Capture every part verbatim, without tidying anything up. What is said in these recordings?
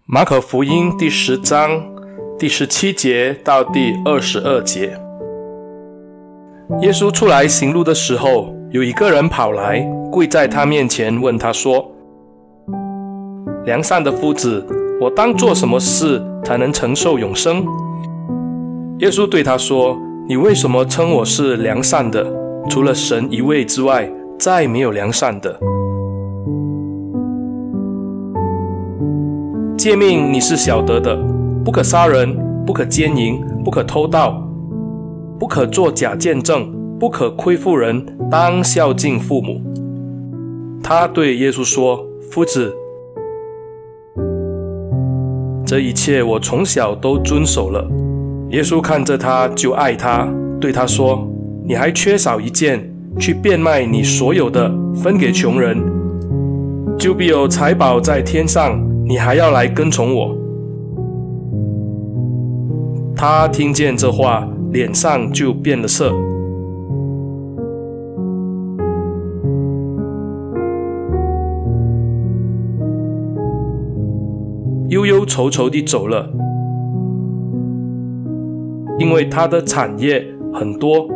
马可福音第十章第十七节到第二十二节。耶稣出来行路的时候，有一个人跑来，跪在他面前，问他说：良善的夫子，我当做什么事才能承受永生？耶稣对他说：你为什么称我是良善的？除了神一位之外，再没有良善的。诫命你是晓得的，不可杀人，不可奸淫，不可偷盗，不可作假见证，不可亏负人，当孝敬父母。他对耶稣说：夫子，这一切我从小都遵守了。耶稣看着他就爱他，对他说：你还缺少一件，去变卖你所有的，分给穷人，就必有财宝在天上，你还要来跟从我。他听见这话，脸上就变了色，忧忧愁愁地走了，因为他的产业很多。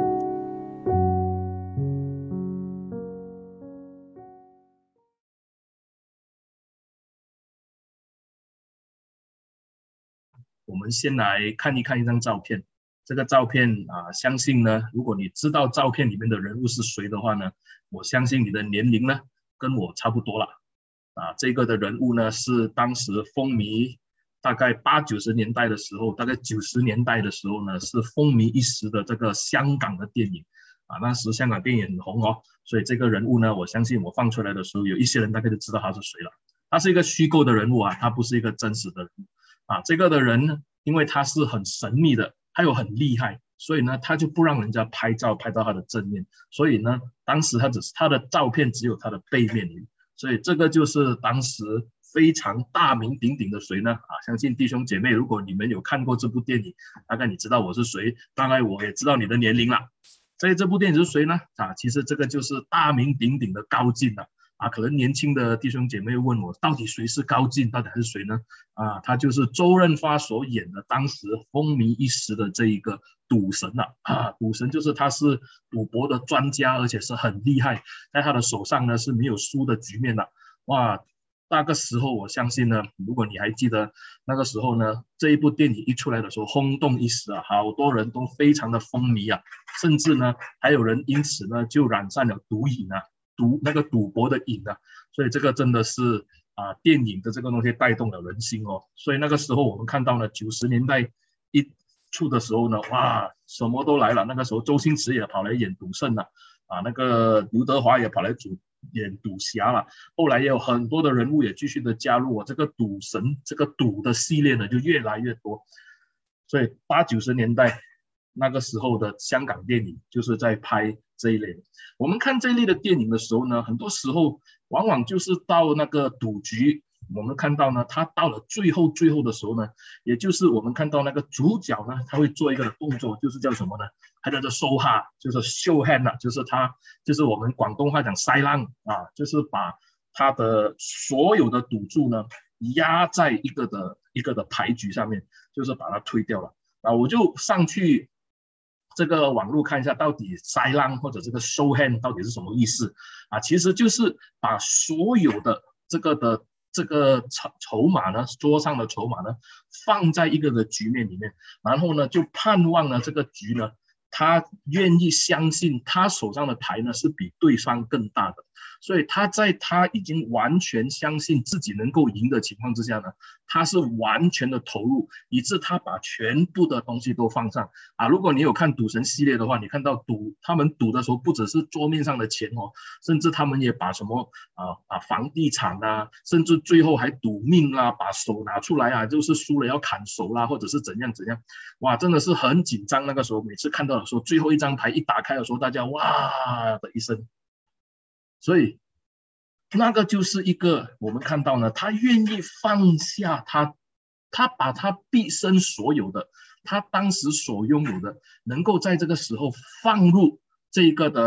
我们先来看一看一张照片。这个照片啊，相信呢，如果你知道照片里面的人物是谁的话呢，我相信你的年龄呢跟我差不多了。啊，这个的人物呢是当时风靡，大概八九十年代的时候，大概九十年代的时候呢，是风靡一时的这个香港的电影。啊，那时香港电影很红哦，所以这个人物呢，我相信我放出来的时候，有一些人大概就知道他是谁了。他是一个虚构的人物啊，他不是一个真实的人物。啊，这个的人呢，因为他是很神秘的，他又很厉害，所以呢，他就不让人家拍照拍到他的正面，所以呢，当时他只是他的照片只有他的背面，所以这个就是当时非常大名鼎鼎的谁呢？啊，相信弟兄姐妹，如果你们有看过这部电影，大概你知道我是谁，大概我也知道你的年龄了。所以这部电影是谁呢？啊，其实这个就是大名鼎鼎的高进了。啊，可能年轻的弟兄姐妹问我，到底谁是高进？到底是谁呢？啊，他就是周润发所演的，当时风靡一时的这一个赌神啊。啊，赌神就是他是赌博的专家，而且是很厉害，在他的手上呢是没有输的局面的。哇，那个时候我相信呢，如果你还记得那个时候呢，这一部电影一出来的时候轰动一时啊，好多人都非常的风靡啊，甚至呢还有人因此呢就染上了毒瘾啊。赌那个赌博的瘾啊，所以这个真的是啊，电影的这个东西带动了人心哦。所以那个时候我们看到呢，九十年代一出的时候呢，哇，什么都来了。那个时候周星驰也跑来演赌圣了，啊，那个刘德华也跑来主演赌侠了。后来也有很多的人物也继续的加入我、哦、这个赌神这个赌的系列呢，就越来越多。所以八九十年代那个时候的香港电影就是在拍这一类的。我们看这一类的电影的时候呢，很多时候往往就是到那个赌局，我们看到呢，他到了最后最后的时候呢，也就是我们看到那个主角呢，他会做一个动作，就是叫什么呢？他叫做收哈，就是 show hand 啊，就是他就是我们广东话讲塞浪啊，就是把他的所有的赌注呢压在一个的一个的牌局上面，就是把它推掉了。啊，我就上去这个网络看一下，到底塞浪或者这个 show hand 到底是什么意思啊？其实就是把所有的这个的这个筹码呢，桌上的筹码呢，放在一个的局面里面，然后呢，就盼望呢这个局呢，他愿意相信他手上的牌呢是比对方更大的。所以他在他已经完全相信自己能够赢的情况之下呢，他是完全的投入，以致他把全部的东西都放上啊。如果你有看赌神系列的话，你看到赌他们赌的时候，不只是桌面上的钱哦，甚至他们也把什么啊啊房地产啊，甚至最后还赌命啦，把手拿出来啊，就是输了要砍手啦，或者是怎样怎样。哇，真的是很紧张。那个时候每次看到的时候，最后一张牌一打开的时候，大家哇的一声。所以那个就是一个我们看到呢，他愿意放下他，他把他毕生所有的，他当时所拥有的，能够在这个时候放入这个的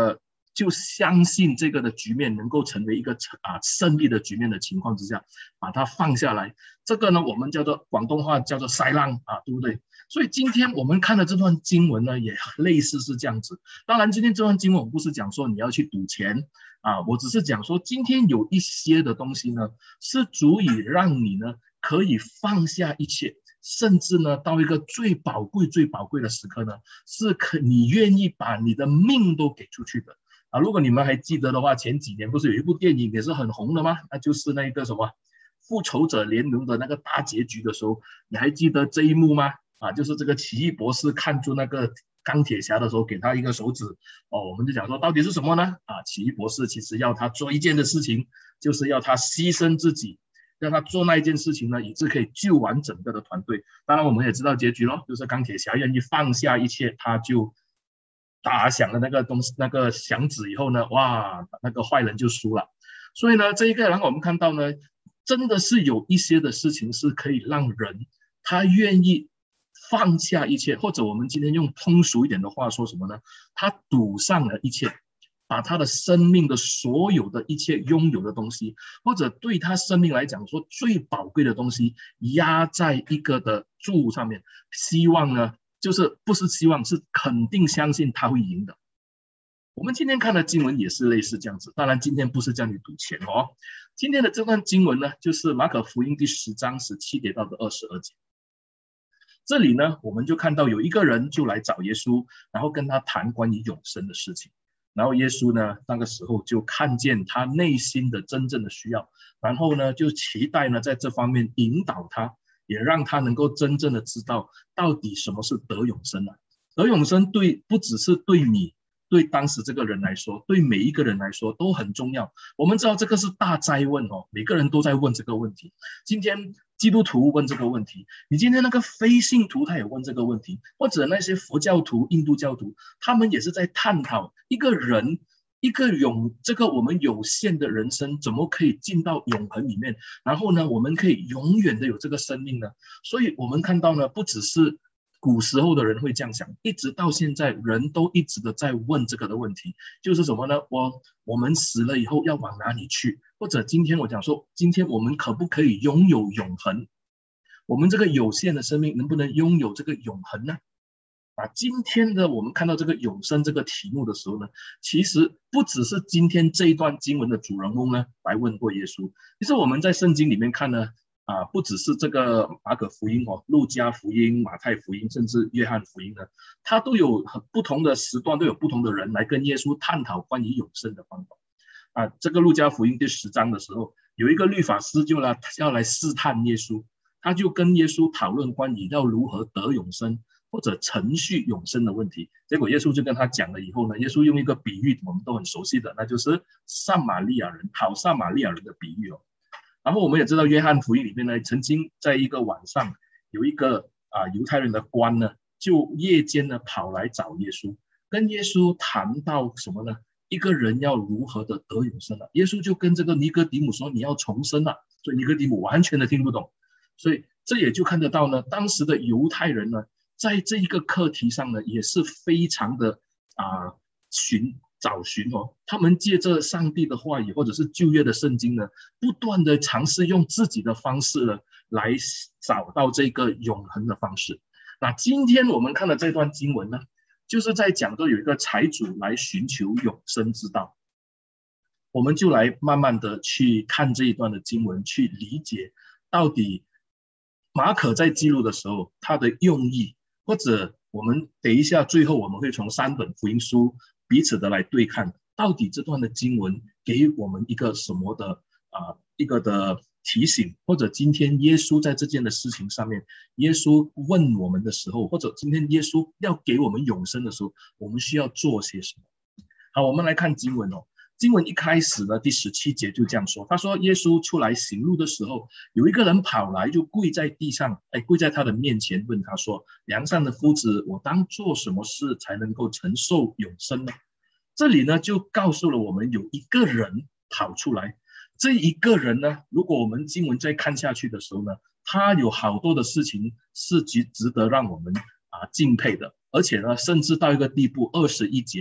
就相信这个的局面能够成为一个啊胜利的局面的情况之下，把它放下来。这个呢，我们叫做广东话叫做塞浪啊，对不对？所以今天我们看的这段经文呢，也类似是这样子。当然，今天这段经文我不是讲说你要去赌钱啊，我只是讲说今天有一些的东西呢，是足以让你呢可以放下一切。甚至呢，到一个最宝贵、最宝贵的时刻呢，是可你愿意把你的命都给出去的啊！如果你们还记得的话，前几年不是有一部电影也是很红的吗？那就是那个什么《复仇者联盟》的那个大结局的时候，你还记得这一幕吗？啊，就是这个奇异博士看住那个钢铁侠的时候，给他一个手指哦，我们就讲说到底是什么呢？啊，奇异博士其实要他做一件的事情，就是要他牺牲自己。让他做那一件事情呢，以致可以救完整个的团队。当然，我们也知道结局咯，就是钢铁侠愿意放下一切，他就打响了那个东西那个响指以后呢，哇，那个坏人就输了。所以呢，这一个让我们看到呢，真的是有一些的事情是可以让人他愿意放下一切，或者我们今天用通俗一点的话说什么呢？他赌上了一切。把他的生命的所有的一切拥有的东西，或者对他生命来讲说最宝贵的东西，压在一个的注上面，希望呢，就是不是希望，是肯定相信他会赢的。我们今天看的经文也是类似这样子，当然今天不是叫你赌钱哦。今天的这段经文呢，就是马可福音第十章十七节到的二十二节。这里呢，我们就看到有一个人就来找耶稣，然后跟他谈关于永生的事情。然后耶稣呢，那个时候就看见他内心的真正的需要，然后呢，就期待呢在这方面引导他，也让他能够真正的知道到底什么是得永生啊。得永生对不只是对你，对当时这个人来说，对每一个人来说都很重要。我们知道这个是大哉问哦，每个人都在问这个问题。今天基督徒问这个问题，你今天那个非信徒他也问这个问题，或者那些佛教徒、印度教徒，他们也是在探讨一个人一个永这个我们有限的人生怎么可以进到永恒里面，然后呢，我们可以永远的有这个生命呢？所以我们看到呢，不只是古时候的人会这样想，一直到现在人都一直的在问这个的问题，就是什么呢？我我们死了以后要往哪里去？或者今天我讲说，今天我们可不可以拥有永恒？我们这个有限的生命能不能拥有这个永恒呢？啊，今天的我们看到这个永生这个题目的时候呢，其实不只是今天这一段经文的主人公呢来问过耶稣，其实我们在圣经里面看呢，啊，不只是这个马可福音哦，路加福音、马太福音，甚至约翰福音呢，它都有很不同的时段，都有不同的人来跟耶稣探讨关于永生的方法。啊，这个路加福音第十章的时候，有一个律法师就来要来试探耶稣，他就跟耶稣讨论关于要如何得永生或者程序永生的问题。结果耶稣就跟他讲了以后呢，耶稣用一个比喻我们都很熟悉的，那就是撒玛利亚人讨撒玛利亚人的比喻哦。然后我们也知道约翰福音里面呢，曾经在一个晚上有一个啊犹太人的官呢，就夜间呢跑来找耶稣，跟耶稣谈到什么呢？一个人要如何的得永生了？耶稣就跟这个尼哥底母说，你要重生了。所以尼哥底母完全的听不懂，所以这也就看得到呢，当时的犹太人呢，在这一个课题上呢，也是非常的啊寻找寻哦，他们借着上帝的话语或者是旧约的圣经呢，不断的尝试用自己的方式呢，来找到这个永恒的方式。那今天我们看的这段经文呢，就是在讲到有一个财主来寻求永生之道，我们就来慢慢的去看这一段的经文，去理解到底马可在记录的时候他的用意，或者我们等一下最后我们会从三本福音书彼此的来对看，到底这段的经文给我们一个什么的啊、呃、一个的提醒，或者今天耶稣在这件的事情上面，耶稣问我们的时候，或者今天耶稣要给我们永生的时候，我们需要做些什么？好，我们来看经文哦。经文一开始呢，第十七节就这样说，他说耶稣出来行路的时候，有一个人跑来就跪在地上，哎，跪在他的面前，问他说，良善的夫子，我当做什么事才能够承受永生呢？这里呢就告诉了我们有一个人跑出来，这一个人呢，如果我们经文再看下去的时候呢，他有好多的事情是值值得让我们啊敬佩的，而且呢，甚至到一个地步，二十一节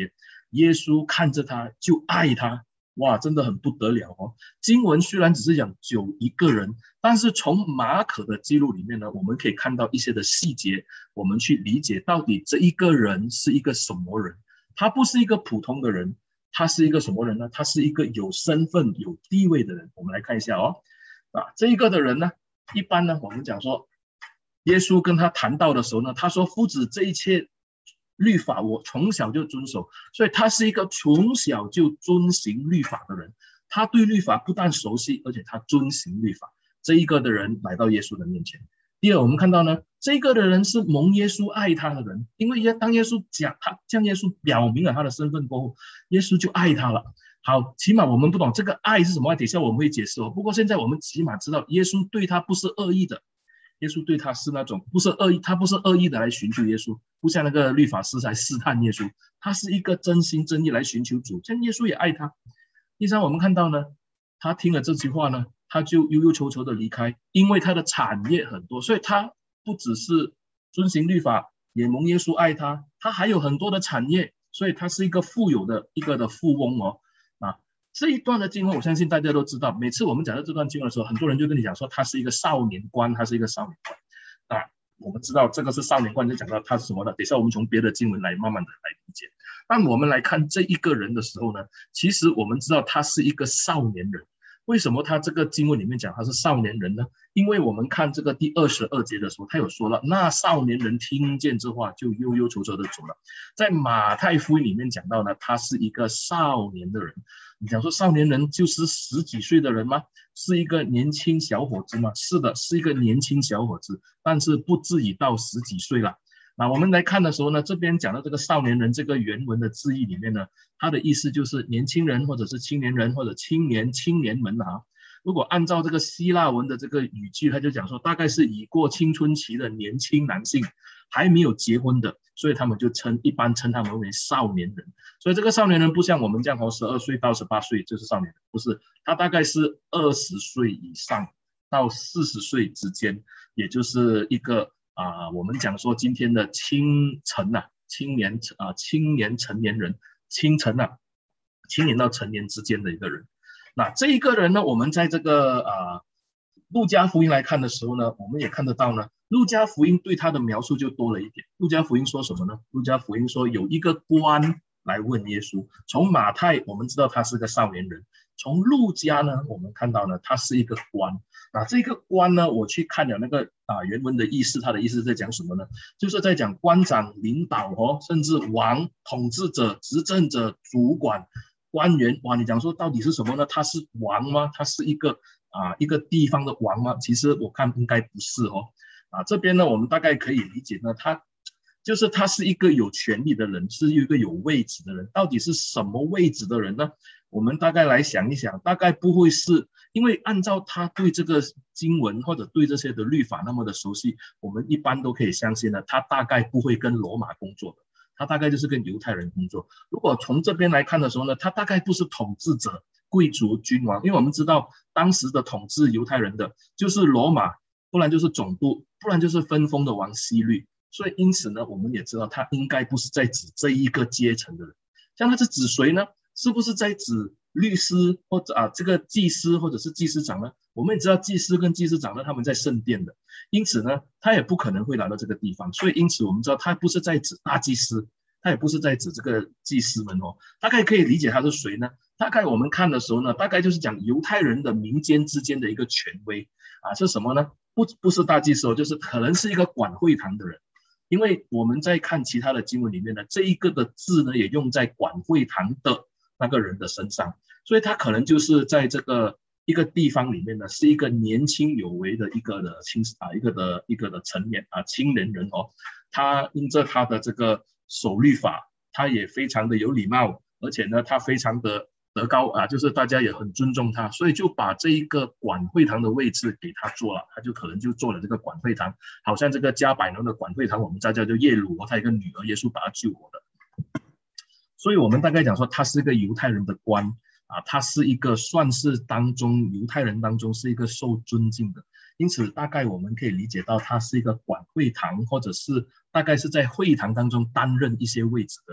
耶稣看着他就爱他。哇，真的很不得了哦！经文虽然只是讲九一个人，但是从马可的记录里面呢，我们可以看到一些的细节，我们去理解到底这一个人是一个什么人。他不是一个普通的人，他是一个什么人呢？他是一个有身份、有地位的人。我们来看一下哦，啊，这一个的人呢，一般呢，我们讲说，耶稣跟他谈到的时候呢，他说：“夫子，这一切律法我从小就遵守。”所以他是一个从小就遵行律法的人。他对律法不但熟悉，而且他遵行律法。这一个的人来到耶稣的面前。第二，我们看到呢，这个的人是蒙耶稣爱他的人，因为当耶稣讲他向耶稣表明了他的身份过后，耶稣就爱他了。好，起码我们不懂这个爱是什么，等一下我们会解释哦。不过现在我们起码知道，耶稣对他不是恶意的。耶稣对他是那种不是恶意，他不是恶意的来寻求耶稣，不像那个律法师来试探耶稣，他是一个真心真意来寻求主，像耶稣也爱他。第三，我们看到呢，他听了这句话呢，他就忧忧愁愁的离开，因为他的产业很多，所以他不只是遵行律法，也蒙耶稣爱他，他还有很多的产业，所以他是一个富有的一个的富翁哦。啊，这一段的经文，我相信大家都知道。每次我们讲到这段经文的时候，很多人就跟你讲说，他是一个少年官，他是一个少年官。啊，我们知道这个是少年官，就讲到他是什么呢？等一下我们从别的经文来慢慢的来理解。当我们来看这一个人的时候呢，其实我们知道他是一个少年人。为什么他这个经文里面讲他是少年人呢？因为我们看这个第二十二节的时候，他有说了，那少年人听见这话就忧忧愁愁的走了。在马太福音里面讲到呢，他是一个少年的人。你讲说少年人就是十几岁的人吗？是一个年轻小伙子吗？是的，是一个年轻小伙子，但是不至于到十几岁了。那我们来看的时候呢，这边讲的这个少年人这个原文的字义里面呢，它的意思就是年轻人或者是青年人或者青年青年们啊。如果按照这个希腊文的这个语句，他就讲说大概是已过青春期的年轻男性，还没有结婚的，所以他们就称一般称他们为少年人。所以这个少年人不像我们这样从十二岁到十八岁就是少年人，不是，他大概是二十岁以上到四十岁之间，也就是一个啊、呃，我们讲说今天的青成啊，青年啊、呃，青年成年人，青成啊，青年到成年之间的一个人。那这一个人呢，我们在这个啊、呃、路加福音来看的时候呢，我们也看得到呢，路加福音对他的描述就多了一点。路加福音说什么呢？路加福音说有一个官来问耶稣。从马太我们知道他是个少年人，从路加呢，我们看到呢，他是一个官。那这个官呢，我去看了那个啊原文的意思，他的意思在讲什么呢？就是在讲官长、领导哦，甚至王、统治者、执政者、主管、官员。哇，你讲说到底是什么呢？他是王吗？他是一个啊一个地方的王吗？其实我看应该不是哦。啊，这边呢，我们大概可以理解呢，他就是他是一个有权力的人，是一个有位置的人。到底是什么位置的人呢？我们大概来想一想，大概不会是因为按照他对这个经文或者对这些的律法那么的熟悉，我们一般都可以相信呢，他大概不会跟罗马工作的，他大概就是跟犹太人工作。如果从这边来看的时候呢，他大概不是统治者、贵族、君王，因为我们知道当时的统治犹太人的就是罗马，不然就是总督，不然就是分封的王希律。所以因此呢，我们也知道他应该不是在指这一个阶层的人。像他是指谁呢？是不是在指律师或者啊这个祭司或者是祭司长呢？我们也知道祭司跟祭司长呢，他们在圣殿的，因此呢，他也不可能会来到这个地方。所以因此我们知道他不是在指大祭司，他也不是在指这个祭司们哦。大概可以理解他是谁呢？大概我们看的时候呢，大概就是讲犹太人的民间之间的一个权威啊，是什么呢？不不是大祭司哦，就是可能是一个管会堂的人。因为我们在看其他的经文里面呢，这一个的字呢也用在管会堂的那个人的身上，所以他可能就是在这个一个地方里面呢，是一个年轻有为的一个的青啊一个的一个的成年啊青年人哦，他因着他的这个守律法，他也非常的有礼貌，而且呢他非常的德高啊，就是大家也很尊重他，所以就把这一个管会堂的位置给他做了，他就可能就做了这个管会堂，好像这个加百农的管会堂，我们大家就耶鲁哦，他一个女儿耶稣把他救活的，所以我们大概讲说他是一个犹太人的官啊，他是一个算是当中犹太人当中是一个受尊敬的，因此大概我们可以理解到他是一个管会堂，或者是大概是在会堂当中担任一些位置的人。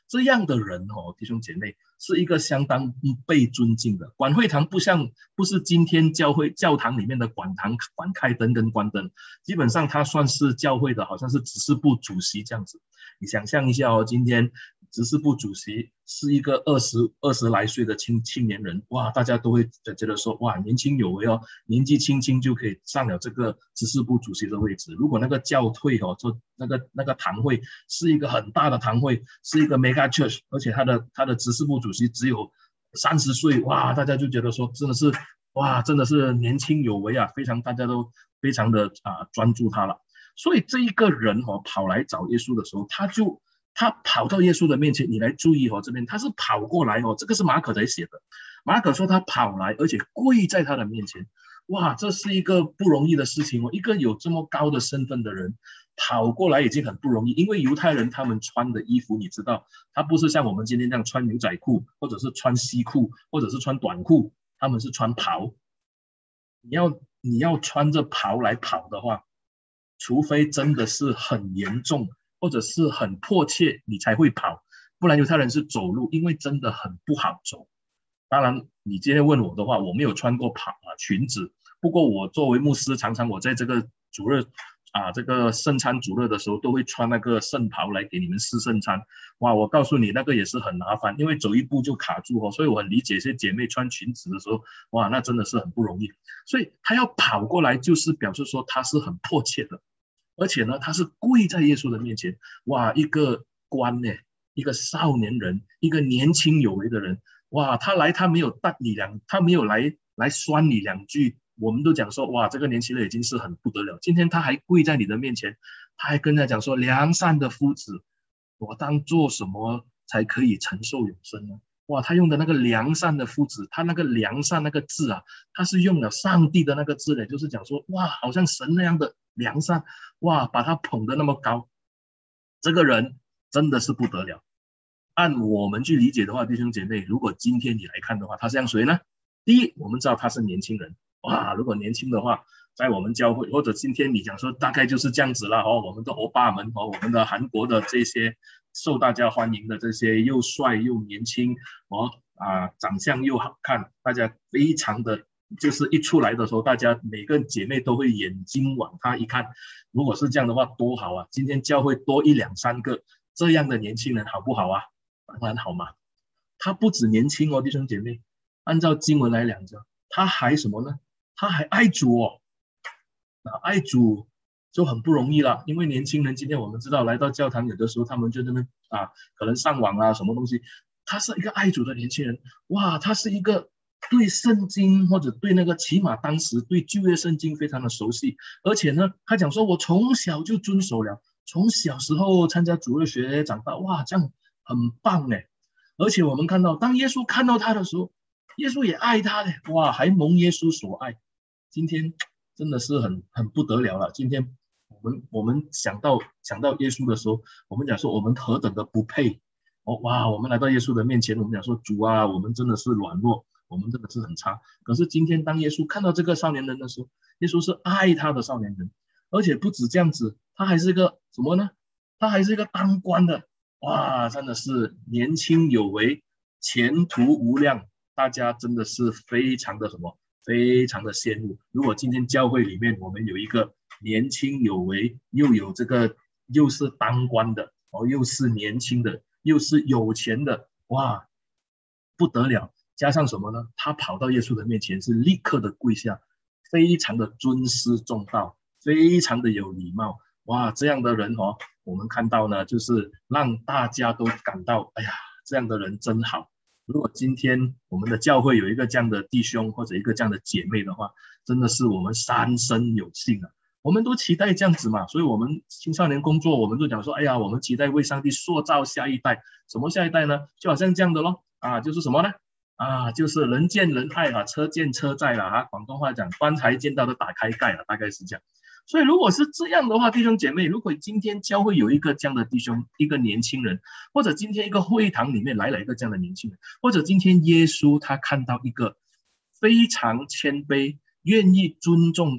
这样的人哦，弟兄姐妹，是一个相当被尊敬的。管会堂不像不是今天教会教堂里面的管堂管开灯跟关灯，基本上他算是教会的好像是执事部主席这样子。你想象一下哦，今天执事部主席是一个二十二十来岁的青青年人，哇，大家都会觉得说，哇，年轻有为哦，年纪轻轻就可以上了这个执事部主席的位置。如果那个教会哦，做那个那个堂会是一个很大的堂会，是一个 mega church， 而且他的他的执事部主席只有三十岁，哇，大家就觉得说，真的是，哇，真的是年轻有为啊，非常大家都非常的啊专注他了。所以这一个人哦跑来找耶稣的时候，他就他跑到耶稣的面前，你来注意哦，这边他是跑过来哦，这个是马可才写的。马可说他跑来，而且跪在他的面前，哇，这是一个不容易的事情哦，一个有这么高的身份的人跑过来已经很不容易，因为犹太人他们穿的衣服，你知道，他不是像我们今天这样穿牛仔裤，或者是穿西裤，或者是穿短裤，他们是穿袍。你要你要穿着袍来跑的话，除非真的是很严重或者是很迫切，你才会跑，不然犹太人是走路，因为真的很不好走。当然，你今天问我的话，我没有穿过袍啊裙子，不过我作为牧师，常常我在这个主日啊这个圣餐主日的时候，都会穿那个圣袍来给你们施圣餐。哇，我告诉你，那个也是很麻烦，因为走一步就卡住哦，所以我很理解一些姐妹穿裙子的时候，哇，那真的是很不容易。所以他要跑过来，就是表示说他是很迫切的。而且呢，他是跪在耶稣的面前，哇，一个官呢，一个少年人，一个年轻有为的人，哇，他来他没有答你两，他没有来来酸你两句，我们都讲说，哇，这个年轻人已经是很不得了。今天他还跪在你的面前，他还跟他讲说，良善的夫子，我当做什么才可以承受永生呢？哇，他用的那个良善的夫子，他那个良善那个字啊，他是用了上帝的那个字的，就是讲说，哇，好像神那样的良善，哇，把他捧得那么高，这个人真的是不得了。按我们去理解的话，弟兄姐妹，如果今天你来看的话，他像谁呢？第一，我们知道他是年轻人，哇，如果年轻的话，在我们教会或者今天你讲说大概就是这样子了哦，我们的欧巴们哦，我们的韩国的这些受大家欢迎的这些又帅又年轻哦啊，长相又好看，大家非常的就是一出来的时候，大家每个姐妹都会眼睛往他一看。如果是这样的话，多好啊！今天教会多一两三个这样的年轻人，好不好啊？当然好嘛。他不止年轻哦，弟兄姐妹，按照经文来讲着，他还什么呢？他还爱主哦。那爱主就很不容易了，因为年轻人今天我们知道来到教堂，有的时候他们就那么啊，可能上网啊什么东西。他是一个爱主的年轻人，哇，他是一个对圣经或者对那个起码当时对旧约圣经非常的熟悉，而且呢，他讲说我从小就遵守了，从小时候参加主日学长大，哇，这样很棒哎！而且我们看到，当耶稣看到他的时候，耶稣也爱他的，哇，还蒙耶稣所爱。今天真的是很很不得了了。今天我们我们想到想到耶稣的时候，我们讲说我们何等的不配哦，哇！我们来到耶稣的面前，我们讲说主啊，我们真的是软弱，我们真的是很差。可是今天当耶稣看到这个少年人的时候，耶稣是爱他的少年人，而且不止这样子，他还是个什么呢？他还是一个当官的，哇！真的是年轻有为，前途无量，大家真的是非常的什么？非常的羡慕。如果今天教会里面我们有一个年轻有为，又有这个又是当官的哦，又是年轻的，又是有钱的，哇，不得了！加上什么呢？他跑到耶稣的面前，是立刻的跪下，非常的尊师重道，非常的有礼貌。哇，这样的人哦，我们看到呢，就是让大家都感到，哎呀，这样的人真好。如果今天我们的教会有一个这样的弟兄或者一个这样的姐妹的话，真的是我们三生有幸啊！我们都期待这样子嘛，所以我们青少年工作，我们都讲说，哎呀，我们期待为上帝塑造下一代。什么下一代呢？就好像这样的咯，啊，就是什么呢？啊，就是人见人爱啊，车见车载了啊，广东话讲，棺材见到的打开盖了，大概是这样。所以如果是这样的话，弟兄姐妹，如果今天教会有一个这样的弟兄，一个年轻人，或者今天一个会堂里面来了一个这样的年轻人，或者今天耶稣他看到一个非常谦卑，愿意尊重他，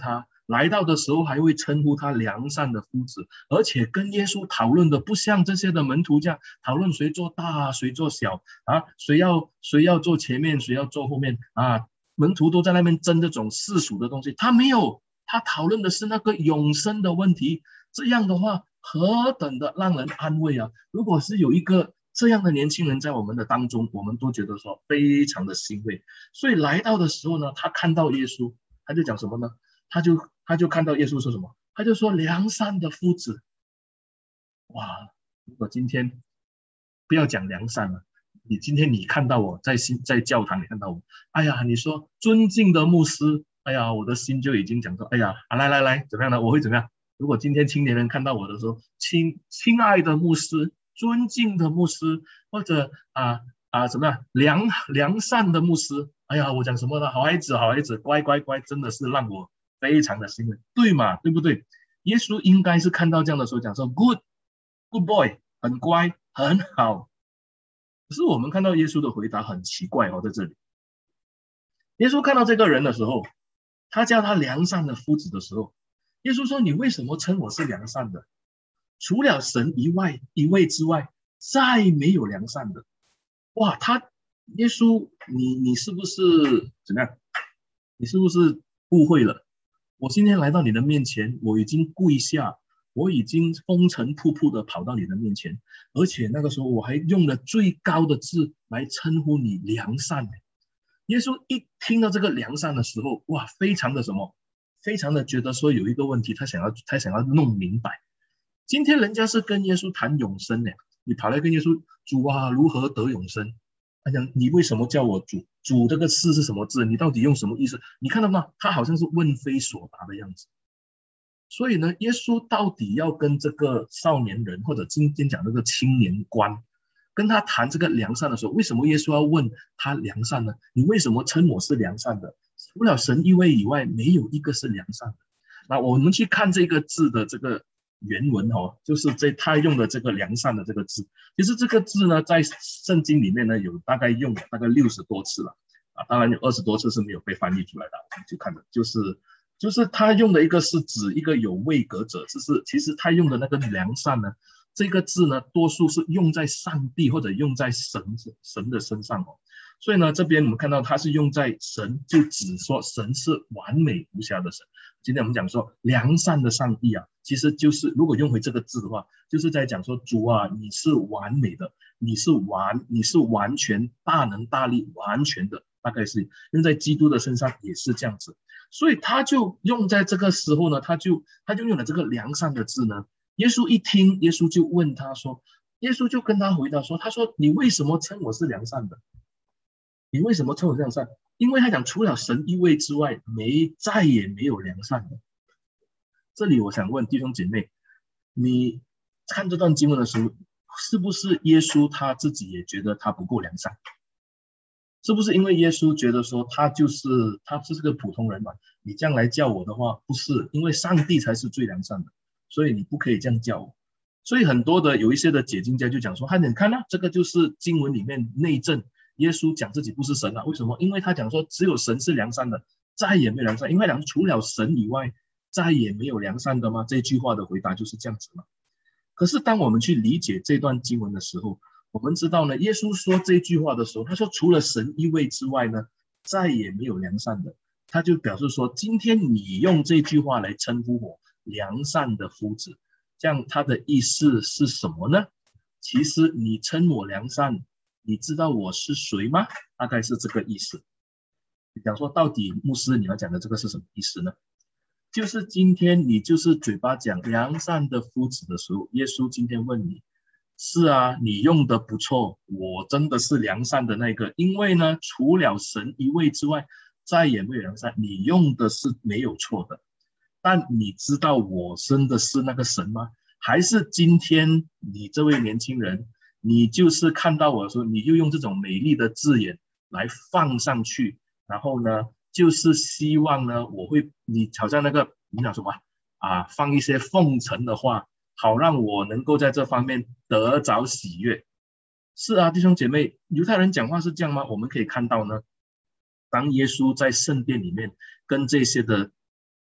来到的时候还会称呼他良善的夫子，而且跟耶稣讨论的不像这些的门徒这样讨论谁做大谁做小啊，谁要谁要坐前面谁要坐后面啊，门徒都在那边争这种世俗的东西，他没有，他讨论的是那个永生的问题。这样的话何等的让人安慰啊！如果是有一个这样的年轻人在我们的当中，我们都觉得说非常的欣慰。所以来到的时候呢，他看到耶稣，他就讲什么呢？他就他就看到耶稣说什么？他就说良善的夫子。哇！如果今天不要讲良善了，你今天你看到我在心在教堂里看到我，哎呀，你说尊敬的牧师，哎呀，我的心就已经讲说，哎呀，啊、来来来，怎么样呢？我会怎么样？如果今天青年人看到我的时候，亲亲爱的牧师，尊敬的牧师，或者啊啊怎么样良良善的牧师，哎呀，我讲什么呢？好孩子，好孩子，乖乖乖，真的是让我非常的欣慰，对嘛？对不对？耶稣应该是看到这样的时候讲说 ，good good boy， 很乖，很好。可是我们看到耶稣的回答很奇怪哦，在这里，耶稣看到这个人的时候，他叫他良善的夫子的时候。耶稣说：“你为什么称我是良善的？除了神以外一位之外，再没有良善的。”哇，他耶稣，你你是不是怎么样？你是不是误会了？我今天来到你的面前，我已经跪下，我已经风尘仆仆的跑到你的面前，而且那个时候我还用了最高的字来称呼你良善。耶稣一听到这个良善的时候，哇，非常的什么？非常的觉得说有一个问题，他想要他想要弄明白。今天人家是跟耶稣谈永生呢，你跑来跟耶稣，主啊，如何得永生？他讲你为什么叫我主？主这个字是什么字？你到底用什么意思？你看到吗？他好像是问非所答的样子。所以呢，耶稣到底要跟这个少年人，或者今天讲这个青年官，跟他谈这个良善的时候，为什么耶稣要问他良善呢？你为什么称我是良善的？除了神一位以外，没有一个是良善的。那我们去看这个字的这个原文哦，就是这他用的这个良善的这个字，其实这个字呢，在圣经里面呢，有大概用了大概六十多次了啊，当然有二十多次是没有被翻译出来的。我们去看的就是就是他用的一个是指一个有位格者，就是其实他用的那个良善呢，这个字呢，多数是用在上帝或者用在神神的身上哦。所以呢，这边我们看到它是用在神，就指说神是完美无瑕的神。今天我们讲说良善的上帝啊，其实就是如果用回这个字的话，就是在讲说主啊，你是完美的，你是完，你是完全大能大力完全的，大概是用在基督的身上也是这样子。所以他就用在这个时候呢，他就他就用了这个良善的字呢。耶稣一听，耶稣就问他说，耶稣就跟他回答说，他说你为什么称我是良善的？你为什么称我良善？因为他讲除了神一位之外，没再也没有良善的。这里我想问弟兄姐妹，你看这段经文的时候，是不是耶稣他自己也觉得他不够良善？是不是因为耶稣觉得说他就是他是个普通人嘛？你这样来叫我的话，不是，因为上帝才是最良善的，所以你不可以这样叫我。所以很多的有一些的解经家就讲说，你看啊，这个就是经文里面内证。耶稣讲自己不是神啊，为什么？因为他讲说只有神是良善的，再也没有良善。因为讲除了神以外，再也没有良善的吗？这句话的回答就是这样子嘛。可是当我们去理解这段经文的时候，我们知道呢，耶稣说这句话的时候，他说除了神一位之外呢，再也没有良善的。他就表示说，今天你用这句话来称呼我良善的夫子，这样他的意思是什么呢？其实你称我良善，你知道我是谁吗？大概是这个意思。你讲说到底牧师你要讲的这个是什么意思呢？就是今天你就是嘴巴讲良善的夫子的时候，耶稣今天问你，是啊，你用的不错，我真的是良善的那个，因为呢，除了神一位之外，再也没有良善，你用的是没有错的。但你知道我真的是那个神吗？还是今天你这位年轻人，你就是看到我的时候，你就用这种美丽的字眼来放上去，然后呢，就是希望呢，我会你好像那个你讲什么啊，放一些奉承的话，好让我能够在这方面得着喜悦。是啊，弟兄姐妹，犹太人讲话是这样吗？我们可以看到呢，当耶稣在圣殿里面跟这些的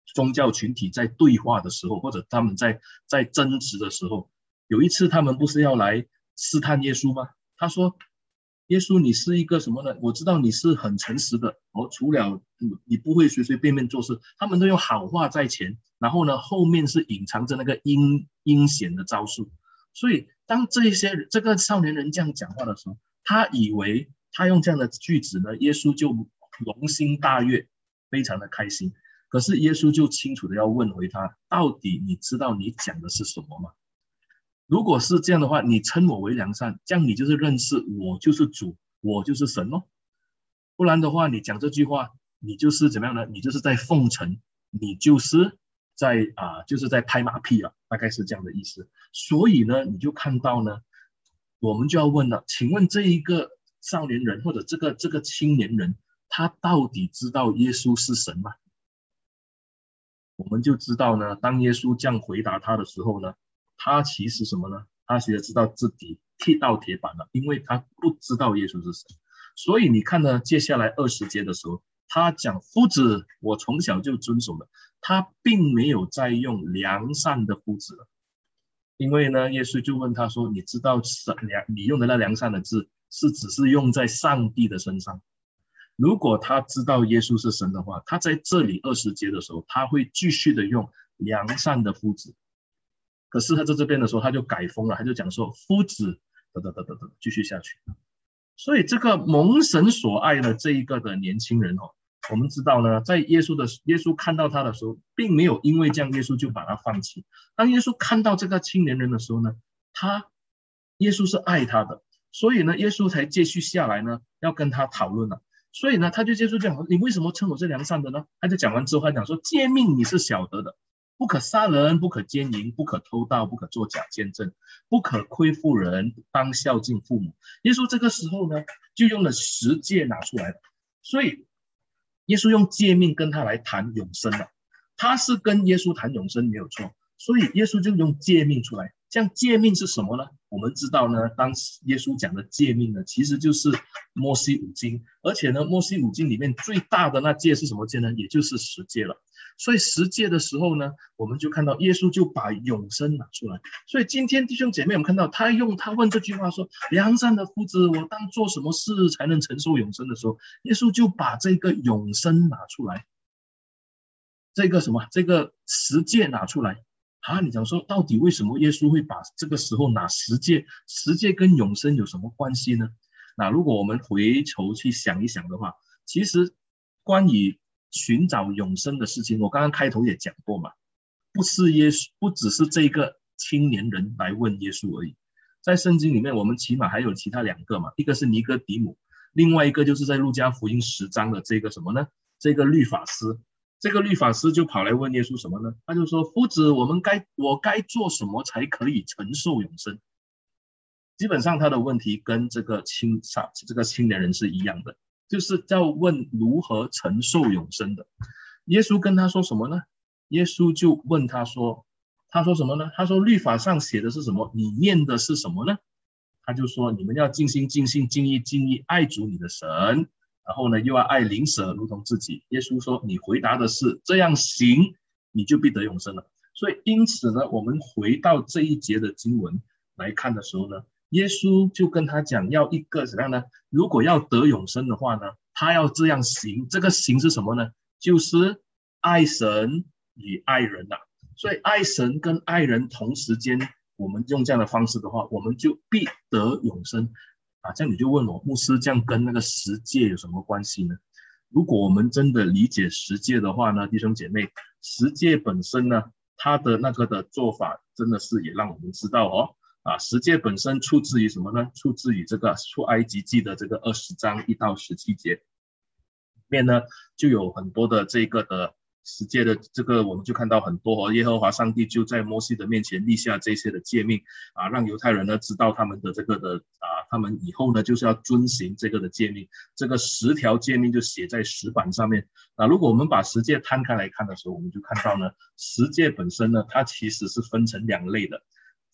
宗教群体在对话的时候，或者他们在在争执的时候，有一次他们不是要来试探耶稣吗？他说耶稣，你是一个什么呢？我知道你是很诚实的，哦，除了你不会随随便便做事，他们都用好话在前，然后呢，后面是隐藏着那个阴阴险的招数。所以当这些这个少年人这样讲话的时候，他以为他用这样的句子呢，耶稣就龙心大悦，非常的开心。可是耶稣就清楚的要问回他，到底你知道你讲的是什么吗？如果是这样的话，你称我为良善，这样你就是认识我就是主，我就是神哦。不然的话，你讲这句话，你就是怎么样呢？你就是在奉承，你就是在啊、呃，就是在拍马屁啊，大概是这样的意思。所以呢，你就看到呢，我们就要问了，请问这一个少年人或者这个这个青年人，他到底知道耶稣是神吗？我们就知道呢，当耶稣这样回答他的时候呢，他其实什么呢？他其实知道自己踢到铁板了，因为他不知道耶稣是神。所以你看呢，接下来二十节的时候，他讲夫子，我从小就遵守了，他并没有再用良善的夫子了，因为呢，耶稣就问他说：“你知道良你用的那良善的字是只是用在上帝的身上。”如果他知道耶稣是神的话，他在这里二十节的时候，他会继续的用良善的夫子。可是他在这边的时候，他就改风了，他就讲说夫子，等等等等等，继续下去。所以这个蒙神所爱的这一个的年轻人哦，我们知道呢，在耶稣的耶稣看到他的时候，并没有因为这样耶稣就把他放弃。当耶稣看到这个青年人的时候呢，他耶稣是爱他的，所以呢，耶稣才继续下来呢，要跟他讨论了。所以呢，他就接着讲，你为什么称我是良善的呢？他就讲完之后，他讲说，诫命你是晓得的，不可杀人，不可奸淫，不可偷盗，不可作假见证，不可亏负人，当孝敬父母。耶稣这个时候呢，就用了十诫拿出来了。所以耶稣用诫命跟他来谈永生了，他是跟耶稣谈永生没有错，所以耶稣就用诫命出来。这样诫命是什么呢？我们知道呢，当时耶稣讲的诫命呢，其实就是摩西五经，而且呢，摩西五经里面最大的那诫是什么诫呢？也就是十诫了。所以十诫的时候呢，我们就看到耶稣就把永生拿出来。所以今天弟兄姐妹，我们看到他用他问这句话说：“良善的夫子，我当做什么事才能承受永生？”的时候，耶稣就把这个永生拿出来，这个什么，这个十诫拿出来。啊，你讲说到底为什么耶稣会把这个时候拿十诫？十诫跟永生有什么关系呢？那如果我们回头去想一想的话，其实关于寻找永生的事情，我刚刚开头也讲过嘛，不是耶稣，不只是这个青年人来问耶稣而已。在圣经里面，我们起码还有其他两个嘛，一个是尼哥底母，另外一个就是在路加福音十章的这个什么呢？这个律法师。这个律法师就跑来问耶稣什么呢？他就说：“夫子，我们该我该做什么才可以承受永生？”基本上他的问题跟这个青少这个青年人是一样的，就是要问如何承受永生的。耶稣跟他说什么呢？耶稣就问他说：“他说什么呢？他说律法上写的是什么？你念的是什么呢？”他就说：“你们要尽心、尽性、尽意、尽意爱主你的神。”然后呢，又要爱邻舍如同自己。耶稣说：“你回答的是这样行，你就必得永生了。”所以因此呢，我们回到这一节的经文来看的时候呢，耶稣就跟他讲，要一个怎样呢？如果要得永生的话呢，他要这样行。这个行是什么呢？就是爱神与爱人啊。所以爱神跟爱人同时间，我们用这样的方式的话，我们就必得永生。啊，这样你就问我，牧师，这样跟那个十诫有什么关系呢？如果我们真的理解十诫的话呢，弟兄姐妹，十诫本身呢，它的那个的做法真的是也让我们知道哦。啊，十诫本身出自于什么呢？出自于这个出埃及记的这个二十章一到十七节里面呢，就有很多的这个的十诫的这个，我们就看到很多哦，耶和华上帝就在摩西的面前立下这些的诫命啊，让犹太人呢知道他们的这个的啊，他们以后呢就是要遵行这个的诫命。这个十条诫命就写在石板上面。那如果我们把十诫摊开来看的时候，我们就看到呢，十诫本身呢，它其实是分成两类的。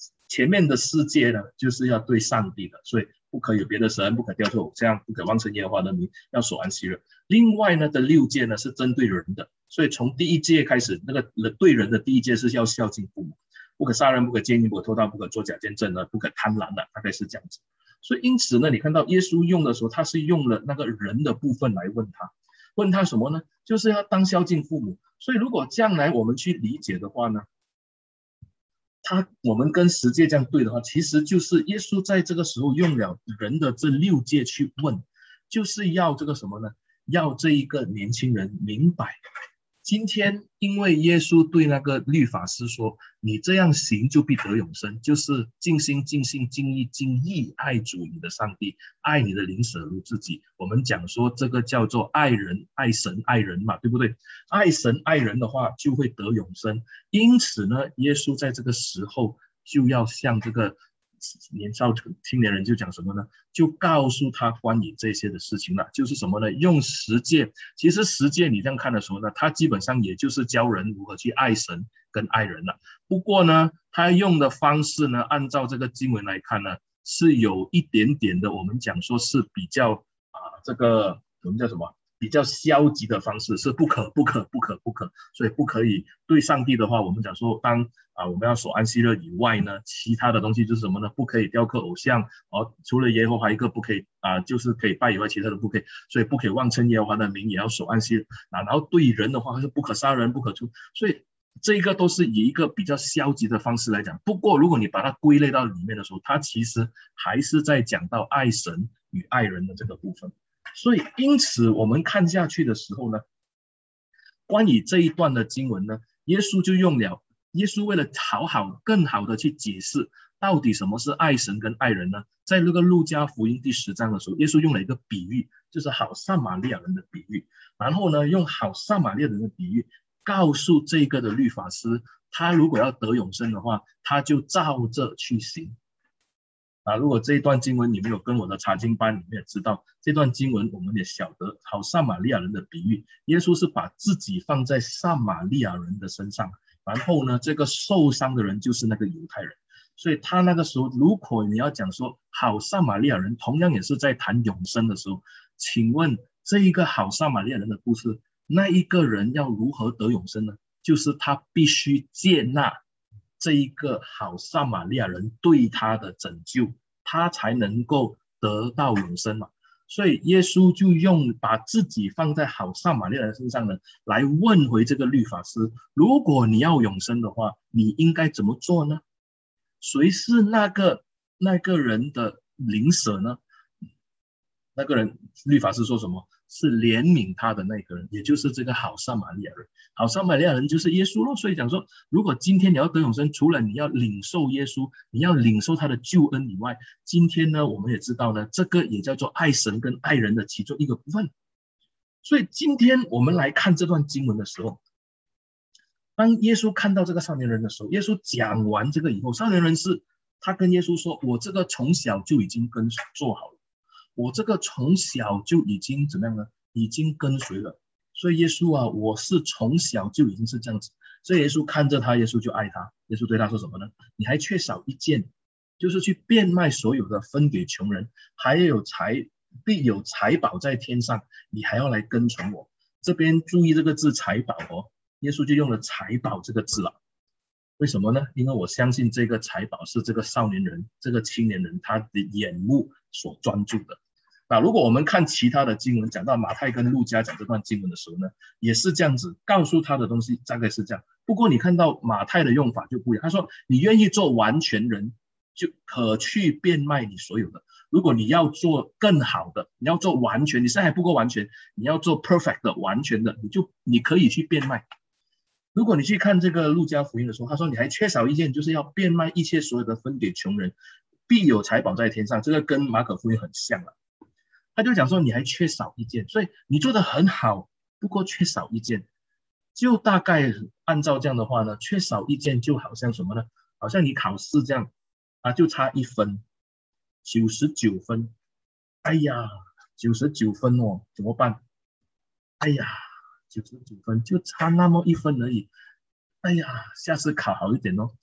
前面的世界呢，就是要对上帝的，所以不可有别的神，不可雕刻偶像，不可妄称耶和华的名，要守安息日。另外呢的六诫呢是针对人的，所以从第一诫开始，那个对人的第一诫是要孝敬父母，不可杀人，不可奸淫，不可偷盗，不可作假见证呢，不可贪婪的，大概是这样子。所以因此呢，你看到耶稣用的时候，他是用了那个人的部分来问他，问他什么呢？就是要当孝敬父母。所以如果将来我们去理解的话呢，他我们跟十诫这样对的话，其实就是耶稣在这个时候用了人的这六诫去问，就是要这个什么呢？要这一个年轻人明白，今天因为耶稣对那个律法师说，你这样行就必得永生，就是尽心尽性尽意尽意爱主你的上帝，爱你的邻舍如自己。我们讲说这个叫做爱人爱神爱人嘛，对不对？爱神爱人的话就会得永生。因此呢，耶稣在这个时候就要向这个年少青年人就讲什么呢？就告诉他关于这些的事情了，就是什么呢？用十诫。其实十诫你这样看的时候呢，他基本上也就是教人如何去爱神跟爱人了。不过呢，他用的方式呢，按照这个经文来看呢，是有一点点的，我们讲说是比较啊、呃，这个我们叫什么？比较消极的方式，是不可不可不可不可，所以不可以对上帝的话，我们讲说当啊我们要守安息日以外呢，其他的东西就是什么呢？不可以雕刻偶像，哦，除了耶和华一个不可以啊，就是可以拜以外，其他的不可以，所以不可以妄称耶和华的名，也要守安息日啊。然后对人的话是不可杀人，不可出，所以这个都是以一个比较消极的方式来讲。不过如果你把它归类到里面的时候，它其实还是在讲到爱神与爱人的这个部分。所以因此我们看下去的时候呢，关于这一段的经文呢，耶稣就用了，耶稣为了好好更好的去解释到底什么是爱神跟爱人呢，在那个路加福音第十章的时候，耶稣用了一个比喻，就是好撒玛利亚人的比喻，然后呢用好撒玛利亚人的比喻告诉这个的律法师，他如果要得永生的话，他就照着去行啊。如果这一段经文你没有跟我的查经班，你们也知道这段经文我们也晓得，好撒玛利亚人的比喻，耶稣是把自己放在撒玛利亚人的身上，然后呢这个受伤的人就是那个犹太人，所以他那个时候如果你要讲说好撒玛利亚人同样也是在谈永生的时候，请问这一个好撒玛利亚人的故事，那一个人要如何得永生呢？就是他必须接纳这一个好撒玛利亚人对他的拯救，他才能够得到永生嘛。所以耶稣就用把自己放在好撒玛利亚人身上呢，来问回这个律法师，如果你要永生的话，你应该怎么做呢？谁是那个那个人的邻舍呢？那个人律法师说什么？是怜悯他的那个人，也就是这个好撒玛利亚人。好撒玛利亚人就是耶稣咯。所以讲说，如果今天你要得永生，除了你要领受耶稣，你要领受他的救恩以外，今天呢，我们也知道呢，这个也叫做爱神跟爱人的其中一个部分。所以今天我们来看这段经文的时候，当耶稣看到这个少年人的时候，耶稣讲完这个以后，少年人是他跟耶稣说：“我这个从小就已经跟做好了。”我这个从小就已经怎么样呢？已经跟随了。所以耶稣啊，我是从小就已经是这样子。所以耶稣看着他，耶稣就爱他。耶稣对他说什么呢？你还缺少一件，就是去变卖所有的，分给穷人，还有财必有财宝在天上，你还要来跟从我。这边注意这个字财宝哦，耶稣就用了财宝这个字了。为什么呢？因为我相信这个财宝是这个少年人，这个青年人他的眼目所专注的。那如果我们看其他的经文，讲到马太跟路加讲这段经文的时候呢，也是这样子告诉他的东西大概是这样。不过你看到马太的用法就不一样，他说你愿意做完全人，就可去变卖你所有的。如果你要做更好的，你要做完全，你现在还不够完全，你要做 perfect 的完全的，你就你可以去变卖。如果你去看这个路加福音的时候，他说你还缺少一件，就是要变卖一切所有的，分给穷人，必有财宝在天上。这个跟马可福音很像了。他就讲说你还缺少一件，所以你做得很好，不过缺少一件。就大概按照这样的话呢，缺少一件就好像什么呢？好像你考试这样啊，就差一分，九十九分。哎呀，九十九分哦，怎么办？哎呀，九十九分就差那么一分而已。哎呀，下次考好一点哦。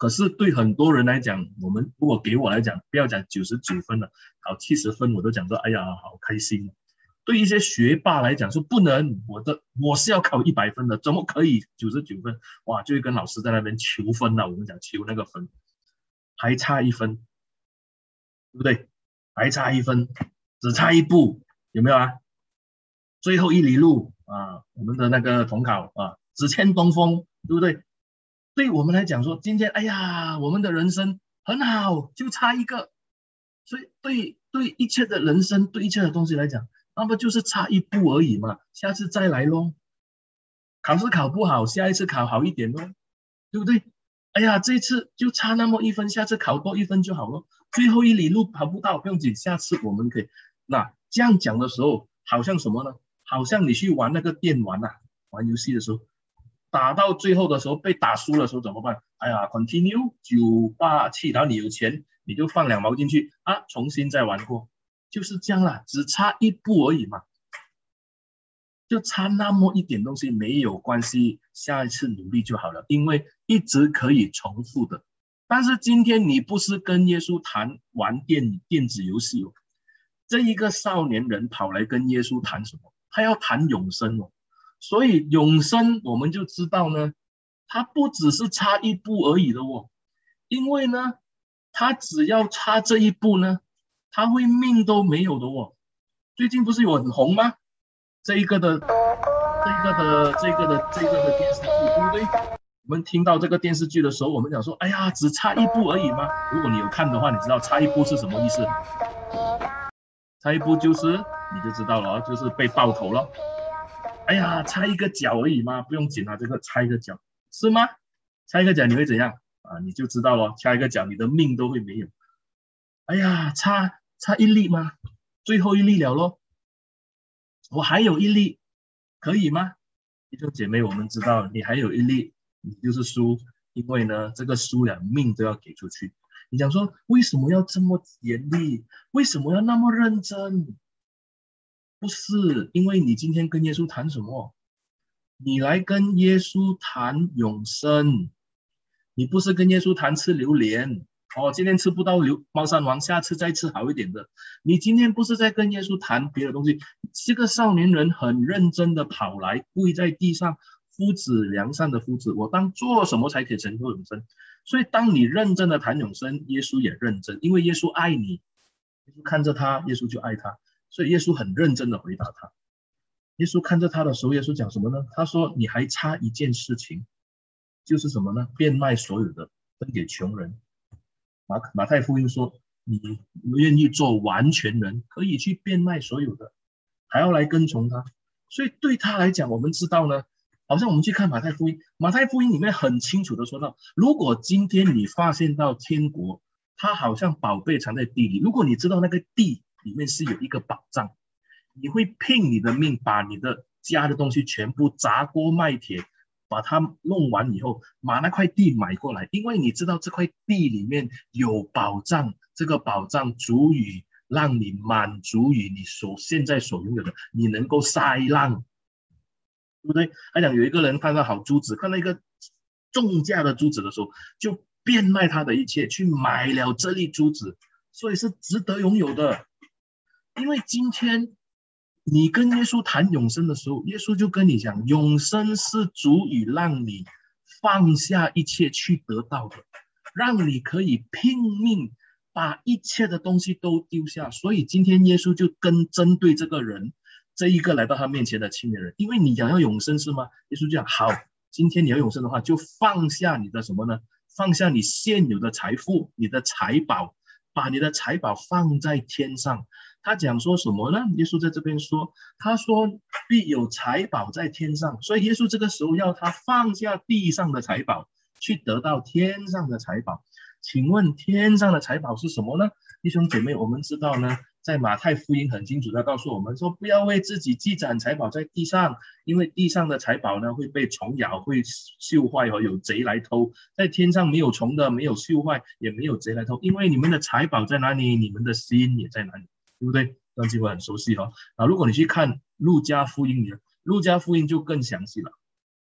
可是对很多人来讲，我们如果给我来讲，不要讲九十九分了，考七十分我都讲说，哎呀，好开心。对一些学霸来讲说不能，我的我是要考一百分的，怎么可以九十九分？哇，就会跟老师在那边求分了。我们讲求那个分，还差一分，对不对？还差一分，只差一步，有没有啊？最后一里路啊，我们的那个统考啊，只欠东风，对不对？对我们来讲说，今天哎呀，我们的人生很好，就差一个。所以对对一切的人生，对一切的东西来讲，那么就是差一步而已嘛，下次再来咯。考试考不好，下一次考好一点咯，对不对？哎呀，这次就差那么一分，下次考多一分就好了。最后一里路跑不到，不用紧，下次我们可以。那这样讲的时候，好像什么呢？好像你去玩那个电玩啊，玩游戏的时候，打到最后的时候被打输的时候怎么办？哎呀 ，continue 九八七，然后你有钱，你就放两毛进去啊，重新再玩过，就是这样啦，只差一步而已嘛。就差那么一点东西没有关系，下一次努力就好了，因为一直可以重复的。但是今天你不是跟耶稣谈玩电电子游戏哦，这一个少年人跑来跟耶稣谈什么？他要谈永生哦。所以永生我们就知道呢，他不只是差一步而已的哦，因为呢，他只要差这一步呢，他会命都没有的哦。最近不是有很红吗？这一个的，这一个的，这个的，这个的电视剧，对不对？我们听到这个电视剧的时候，我们讲说，哎呀，只差一步而已嘛。如果你有看的话，你知道差一步是什么意思？差一步就是你就知道了，就是被爆头了。哎呀，差一个脚而已嘛，不用紧啊，这个差一个脚是吗？差一个脚你会怎样啊？你就知道了，差一个脚你的命都会没有。哎呀，差差一粒吗？最后一粒了咯。我还有一粒，可以吗？弟兄姐妹，我们知道你还有一粒，你就是输，因为呢，这个输了命都要给出去。你讲说为什么要这么严厉？为什么要那么认真？不是，因为你今天跟耶稣谈什么？你来跟耶稣谈永生，你不是跟耶稣谈吃榴莲。哦，今天吃不到榴猫山王，下次再吃好一点的。你今天不是在跟耶稣谈别的东西，这个少年人很认真的跑来跪在地上，夫子良善的夫子，我当做什么才可以成就永生？所以当你认真的谈永生，耶稣也认真，因为耶稣爱你，耶稣看着他，耶稣就爱他，所以耶稣很认真的回答他。耶稣看着他的时候，耶稣讲什么呢？他说你还差一件事情，就是什么呢？变卖所有的，分给穷人。马马太福音说，你愿意做完全人，可以去变卖所有的，还要来跟从他。所以对他来讲，我们知道呢，好像我们去看马太福音，马太福音里面很清楚的说到，如果今天你发现到天国，它好像宝贝藏在地里，如果你知道那个地里面是有一个宝藏，你会拼你的命，把你的家的东西全部砸锅卖铁，把它弄完以后，把那块地买过来，因为你知道这块地里面有宝藏，这个宝藏足以让你满足于你所现在所拥有的，你能够晒浪，对不对？他讲有一个人看到好珠子，看到一个重价的珠子的时候，就变卖他的一切去买了这粒珠子，所以是值得拥有的。因为今天你跟耶稣谈永生的时候，耶稣就跟你讲，永生是足以让你放下一切去得到的，让你可以拼命把一切的东西都丢下。所以今天耶稣就跟针对这个人，这一个来到他面前的青年人，因为你想要永生是吗？耶稣就讲，好，今天你要永生的话，就放下你的什么呢？放下你现有的财富，你的财宝，把你的财宝放在天上。他讲说什么呢？耶稣在这边说，他说必有财宝在天上，所以耶稣这个时候要他放下地上的财宝，去得到天上的财宝。请问天上的财宝是什么呢？弟兄姐妹，我们知道呢，在马太福音很清楚的告诉我们说，不要为自己积攒财宝在地上，因为地上的财宝呢会被虫咬，会锈坏和有贼来偷。在天上没有虫的，没有锈坏，也没有贼来偷，因为你们的财宝在哪里，你们的心也在哪里。对不对？这经文很熟悉哈、哦。啊，如果你去看路加福音里，路加福音就更详细了。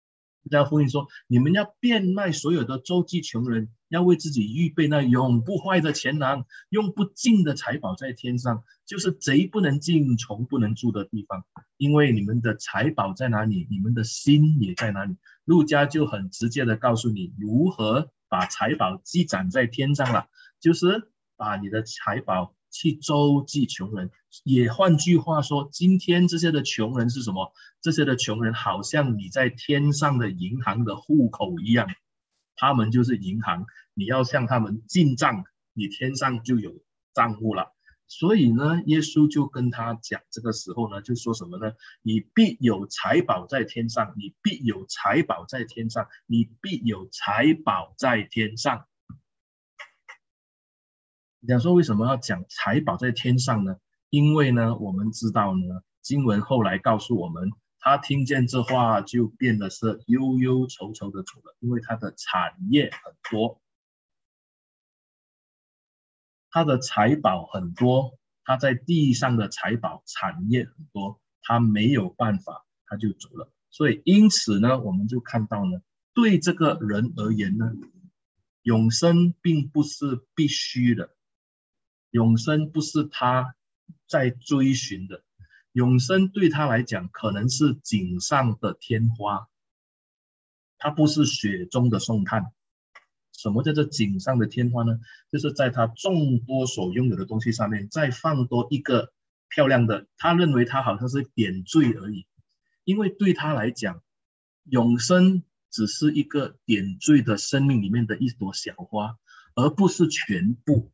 家福音说，你们要变卖所有的，周济穷人，要为自己预备那永不坏的钱囊，用不尽的财宝在天上，就是贼不能进，虫不能住的地方。因为你们的财宝在哪里，你们的心也在哪里。路加就很直接的告诉你如何把财宝积攒在天上了，就是把你的财宝去周济穷人。也换句话说，今天这些的穷人是什么？这些的穷人好像你在天上的银行的户口一样，他们就是银行，你要向他们进账，你天上就有账户了。所以呢，耶稣就跟他讲，这个时候呢，就说什么呢？你必有财宝在天上，你必有财宝在天上，你必有财宝在天上。讲说为什么要讲财宝在天上呢？因为呢，我们知道呢，经文后来告诉我们，他听见这话就变得是忧忧愁愁的走了，因为他的产业很多。他的财宝很多，他在地上的财宝产业很多，他没有办法，他就走了。所以因此呢，我们就看到呢，对这个人而言呢，永生并不是必须的，永生不是他在追寻的，永生对他来讲可能是锦上的添花，它不是雪中的送炭。什么叫做锦上的添花呢？就是在他众多所拥有的东西上面再放多一个漂亮的，他认为他好像是点缀而已。因为对他来讲，永生只是一个点缀的生命里面的一朵小花，而不是全部。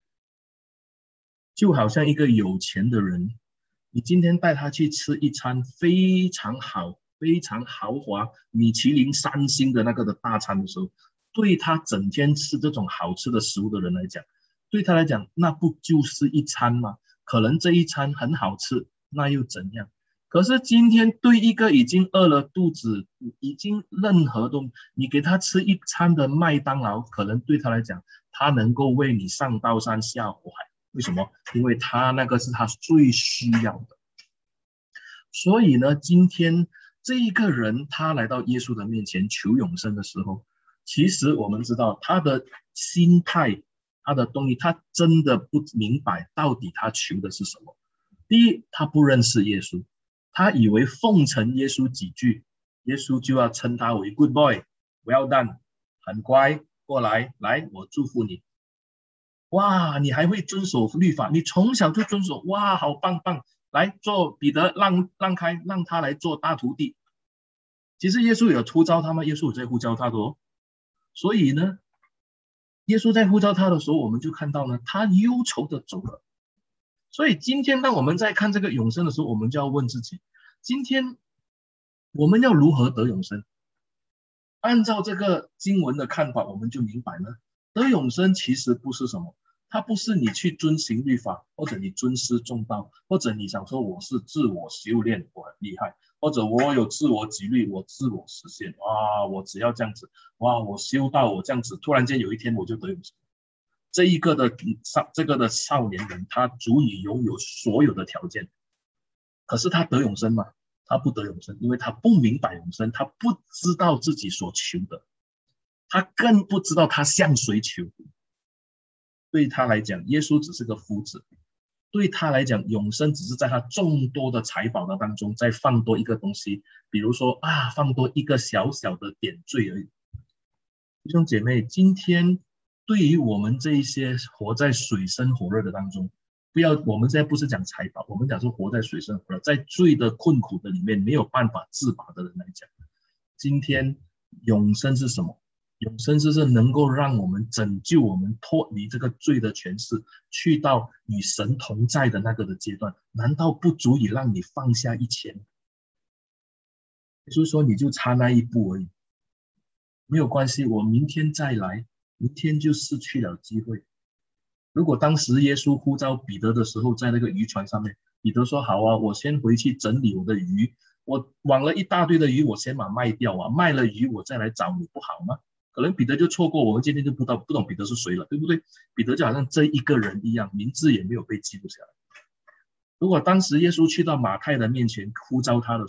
就好像一个有钱的人，你今天带他去吃一餐非常好非常豪华米其林三星的那个的大餐的时候，对他整天吃这种好吃的食物的人来讲，对他来讲那不就是一餐吗？可能这一餐很好吃，那又怎样？可是今天对一个已经饿了肚子，已经任何都你给他吃一餐的麦当劳，可能对他来讲他能够为你上刀山下火海。为什么？因为他那个是他最需要的。所以呢，今天这一个人他来到耶稣的面前求永生的时候，其实我们知道他的心态，他的东西，他真的不明白到底他求的是什么。第一，他不认识耶稣，他以为奉承耶稣几句，耶稣就要称他为 good boy well done， 很乖，过来，来，我祝福你。哇，你还会遵守律法，你从小就遵守，哇，好棒棒，来做彼得，让让开，让他来做大徒弟。其实耶稣有呼召他吗？耶稣有在呼召他的哦。所以呢，耶稣在呼召他的时候，我们就看到呢，他忧愁的走了。所以今天当我们在看这个永生的时候，我们就要问自己，今天我们要如何得永生？按照这个经文的看法，我们就明白了，得永生其实不是什么，它不是你去遵行律法，或者你尊师重道，或者你想说我是自我修炼，我很厉害，或者我有自我纪律，我自我实现，哇，我只要这样子，哇，我修到我这样子，突然间有一天我就得永生。这一个的这个的少年人，他足以拥有所有的条件，可是他得永生吗？他不得永生，因为他不明白永生，他不知道自己所求的，他更不知道他向谁求。对他来讲，耶稣只是个夫子，对他来讲，永生只是在他众多的财宝的当中再放多一个东西，比如说啊，放多一个小小的点缀而已。弟兄姐妹，今天对于我们这一些活在水深火热的当中，不要，我们现在不是讲财宝，我们讲说活在水深火热，在罪的困苦的里面没有办法自拔的人来讲，今天永生是什么？永生就是能够让我们拯救我们脱离这个罪的权势，去到与神同在的那个的阶段，难道不足以让你放下一切吗？也就是说，你就差那一步而已，没有关系，我明天再来，明天就失去了机会。如果当时耶稣呼召彼得的时候，在那个渔船上面，彼得说好啊，我先回去整理我的鱼，我网了一大堆的鱼，我先把它卖掉啊，卖了鱼我再来找你，不好吗？可能彼得就错过，我们今天就不知道不懂彼得是谁了，对不对？彼得就好像这一个人一样，名字也没有被记录下来。如果当时耶稣去到马太的面前呼召他的时候，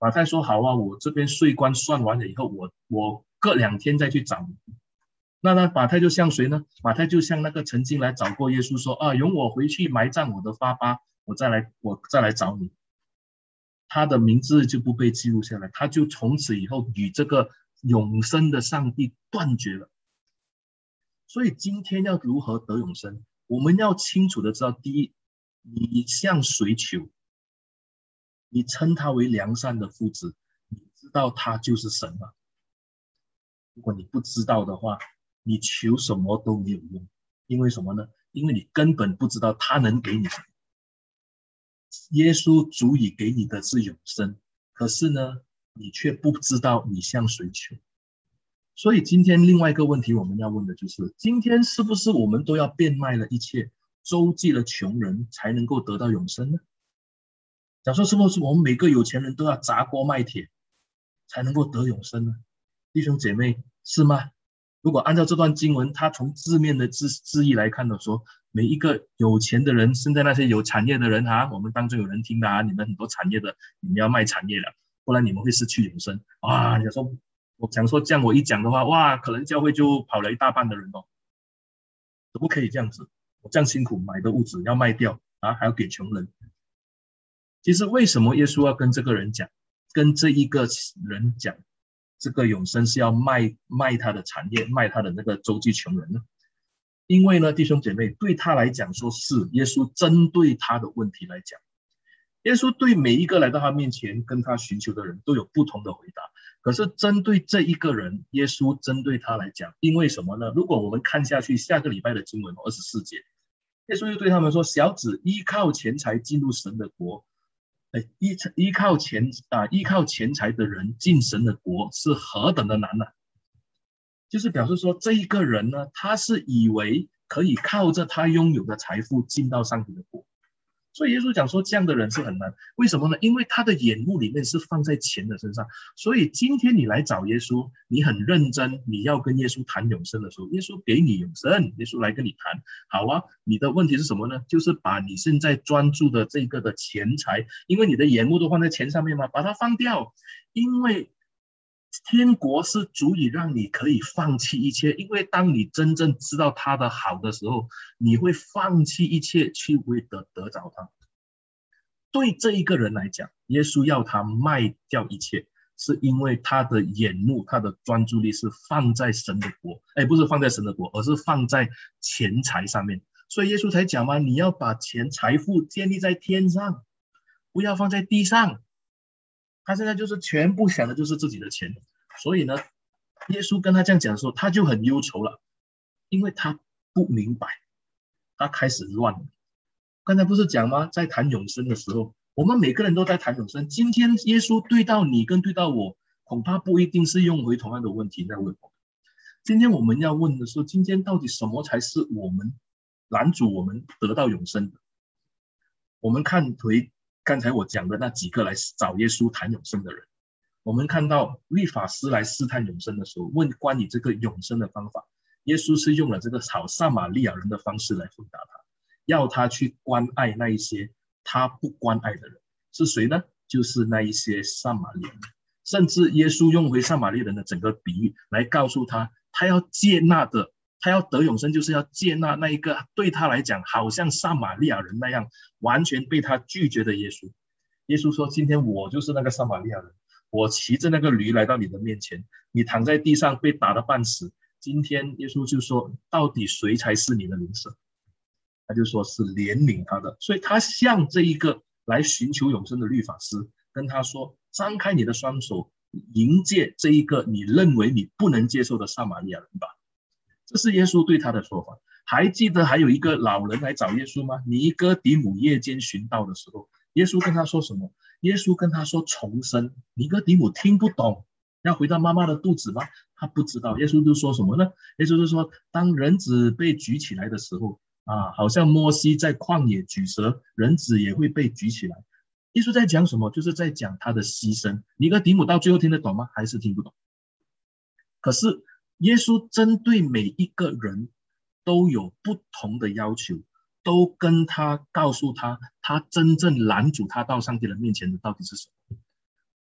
马太说好啊，我这边税关算完了以后，我我隔两天再去找你。那那马太就像谁呢？马太就像那个曾经来找过耶稣说啊，容我回去埋葬我的爸爸，我再来我再来找你。他的名字就不被记录下来，他就从此以后与这个永生的上帝断绝了。所以今天要如何得永生？我们要清楚的知道，第一，你向谁求？你称他为良善的父子，你知道他就是神吗？如果你不知道的话，你求什么都没有用。因为什么呢？因为你根本不知道他能给你什么。耶稣足以给你的是永生，可是呢，你却不知道你向谁求。所以今天另外一个问题我们要问的就是，今天是不是我们都要变卖了一切，周济了穷人，才能够得到永生呢？假说是不是我们每个有钱人都要砸锅卖铁，才能够得永生呢？弟兄姐妹，是吗？如果按照这段经文，他从字面的字字义来看的说，每一个有钱的人，现在那些有产业的人啊，我们当中有人听的啊，你们很多产业的，你们要卖产业了，不然你们会失去永生。哇，你说我讲说这样我一讲的话，哇，可能教会就跑了一大半的人哦。可不可以这样子？我这样辛苦买的屋子要卖掉啊，还要给穷人。其实为什么耶稣要跟这个人讲，跟这一个人讲，这个永生是要卖卖他的产业，卖他的那个周济穷人呢？因为呢，弟兄姐妹，对他来讲说是耶稣针对他的问题来讲，耶稣对每一个来到他面前跟他寻求的人都有不同的回答。可是针对这一个人，耶稣针对他来讲，因为什么呢？如果我们看下去下个礼拜的经文二十四节，耶稣就对他们说：小子，依靠钱财进入神的国，依依靠钱啊，依靠钱财的人进神的国是何等的难呢、啊？就是表示说，这一个人呢，他是以为可以靠着他拥有的财富进到上帝的国，所以耶稣讲说，这样的人是很难。为什么呢？因为他的眼目里面是放在钱的身上。所以今天你来找耶稣，你很认真，你要跟耶稣谈永生的时候，耶稣给你永生，耶稣来跟你谈。好啊，你的问题是什么呢？就是把你现在专注的这个的钱财，因为你的眼目都放在钱上面嘛，把它放掉。因为天国是足以让你可以放弃一切，因为当你真正知道他的好的时候，你会放弃一切去为得得着他。对这一个人来讲，耶稣要他卖掉一切，是因为他的眼目，他的专注力是放在神的国，哎，不是放在神的国，而是放在钱财上面。所以耶稣才讲嘛，你要把钱财富建立在天上，不要放在地上。他现在就是全部想的就是自己的钱，所以呢，耶稣跟他这样讲的时候，他就很忧愁了，因为他不明白，他开始乱了。刚才不是讲吗？在谈永生的时候，我们每个人都在谈永生。今天耶稣对到你跟对到我，恐怕不一定是用回同样的问题在问我。今天我们要问的是，今天到底什么才是我们拦阻我们得到永生的？我们看回刚才我讲的那几个来找耶稣谈永生的人，我们看到律法师来试探永生的时候，问关于这个永生的方法，耶稣是用了这个好撒玛利亚人的方式来回答他，要他去关爱那一些他不关爱的人。是谁呢？就是那一些撒玛利亚人。甚至耶稣用回撒玛利亚人的整个比喻来告诉他，他要接纳的，他要得永生，就是要接纳那一个对他来讲好像撒玛利亚人那样完全被他拒绝的耶稣。耶稣说，今天我就是那个撒玛利亚人，我骑着那个驴来到你的面前，你躺在地上被打得半死，今天耶稣就说，到底谁才是你的邻舍？他就说是怜悯他的。所以他向这一个来寻求永生的律法师跟他说，张开你的双手迎接这一个你认为你不能接受的撒玛利亚人吧。这是耶稣对他的说法。还记得还有一个老人来找耶稣吗？尼哥底母夜间寻到的时候，耶稣跟他说什么？耶稣跟他说重生。尼哥底母听不懂，要回到妈妈的肚子吗？他不知道。耶稣就说什么呢？耶稣就说，当人子被举起来的时候啊，好像摩西在旷野举蛇，人子也会被举起来。耶稣在讲什么？就是在讲他的牺牲。尼哥底母到最后听得懂吗？还是听不懂？可是耶稣针对每一个人都有不同的要求，都跟他告诉他，他真正拦阻他到上帝的面前的到底是什么。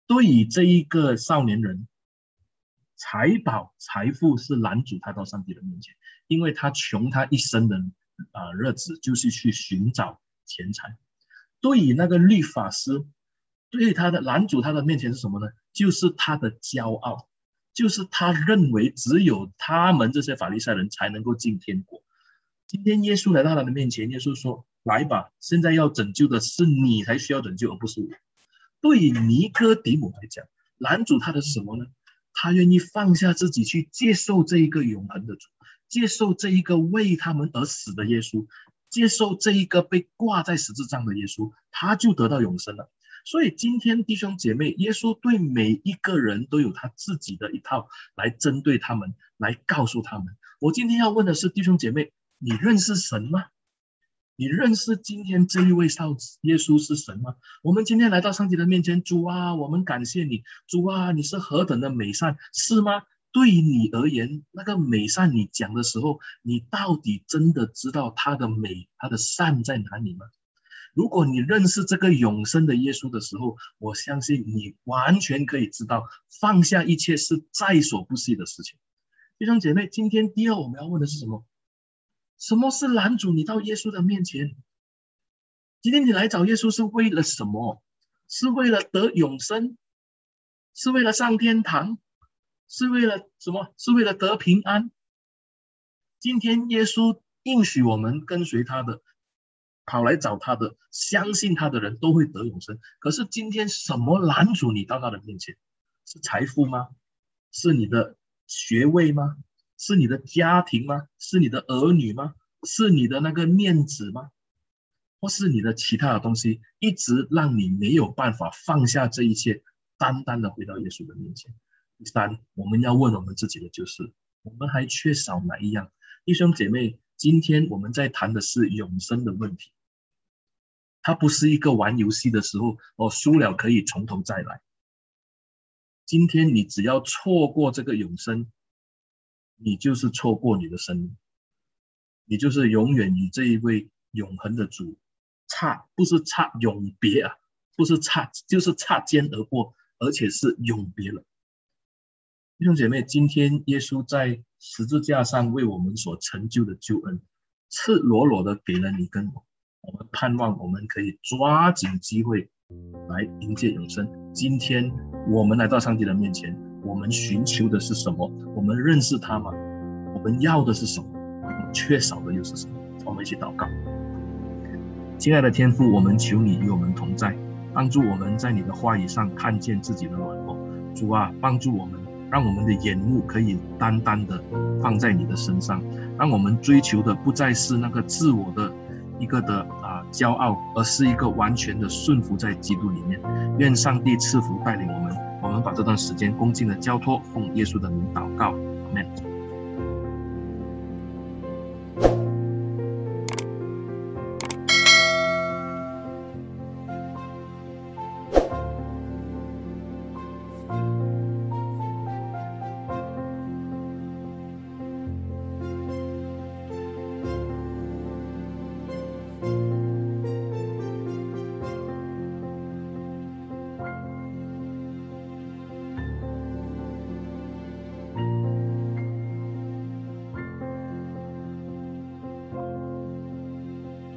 对于这一个少年人，财宝财富是拦阻他到上帝的面前，因为他穷他一生的啊日子就是去寻找钱财。对于那个律法师，对于他的拦阻他的面前是什么呢？就是他的骄傲，就是他认为只有他们这些法利赛人才能够进天国。今天耶稣来到他的面前，耶稣说：来吧，现在要拯救的是你才需要拯救，而不是我。对于尼哥底母来讲，拦阻他的是什么呢？他愿意放下自己去接受这一个永恒的主，接受这一个为他们而死的耶稣，接受这一个被挂在十字架的耶稣，他就得到永生了。所以今天弟兄姐妹，耶稣对每一个人都有他自己的一套来针对他们，来告诉他们。我今天要问的是，弟兄姐妹，你认识神吗？你认识今天这一位少耶稣是神吗？我们今天来到上帝的面前，主啊，我们感谢你，主啊，你是何等的美善，是吗？对于你而言，那个美善你讲的时候，你到底真的知道他的美，他的善在哪里吗？如果你认识这个永生的耶稣的时候，我相信你完全可以知道，放下一切是在所不惜的事情。弟兄姐妹，今天第二我们要问的是什么？什么是拦阻你到耶稣的面前？今天你来找耶稣是为了什么？是为了得永生？是为了上天堂？是为了什么？是为了得平安？今天耶稣应许我们跟随他的，跑来找他的，相信他的人都会得永生。可是今天什么拦阻你到他的面前？是财富吗？是你的学位吗？是你的家庭吗？是你的儿女吗？是你的那个面子吗？或是你的其他的东西，一直让你没有办法放下这一切，单单的回到耶稣的面前。第三，我们要问我们自己的就是，我们还缺少哪一样？弟兄姐妹，今天我们在谈的是永生的问题，它不是一个玩游戏的时候，哦，输了可以从头再来。今天你只要错过这个永生，你就是错过你的生命，你就是永远与这一位永恒的主差，不是差永别啊，不是差，就是擦肩而过，而且是永别了。弟兄姐妹，今天耶稣在十字架上为我们所成就的救恩，赤裸裸的给了你跟我，我们盼望我们可以抓紧机会来迎接永生。今天我们来到上帝的面前，我们寻求的是什么？我们认识他吗？我们要的是什么？我们缺少的又是什么？我们一起祷告。亲爱的天父，我们求你与我们同在，帮助我们在你的话语上看见自己的软弱。主啊，帮助我们，让我们的眼目可以单单的放在你的身上，让我们追求的不再是那个自我的一个的啊骄傲，而是一个完全的顺服在基督里面。愿上帝赐福带领我们，我们把这段时间恭敬的交托，奉耶稣的名祷告，阿们。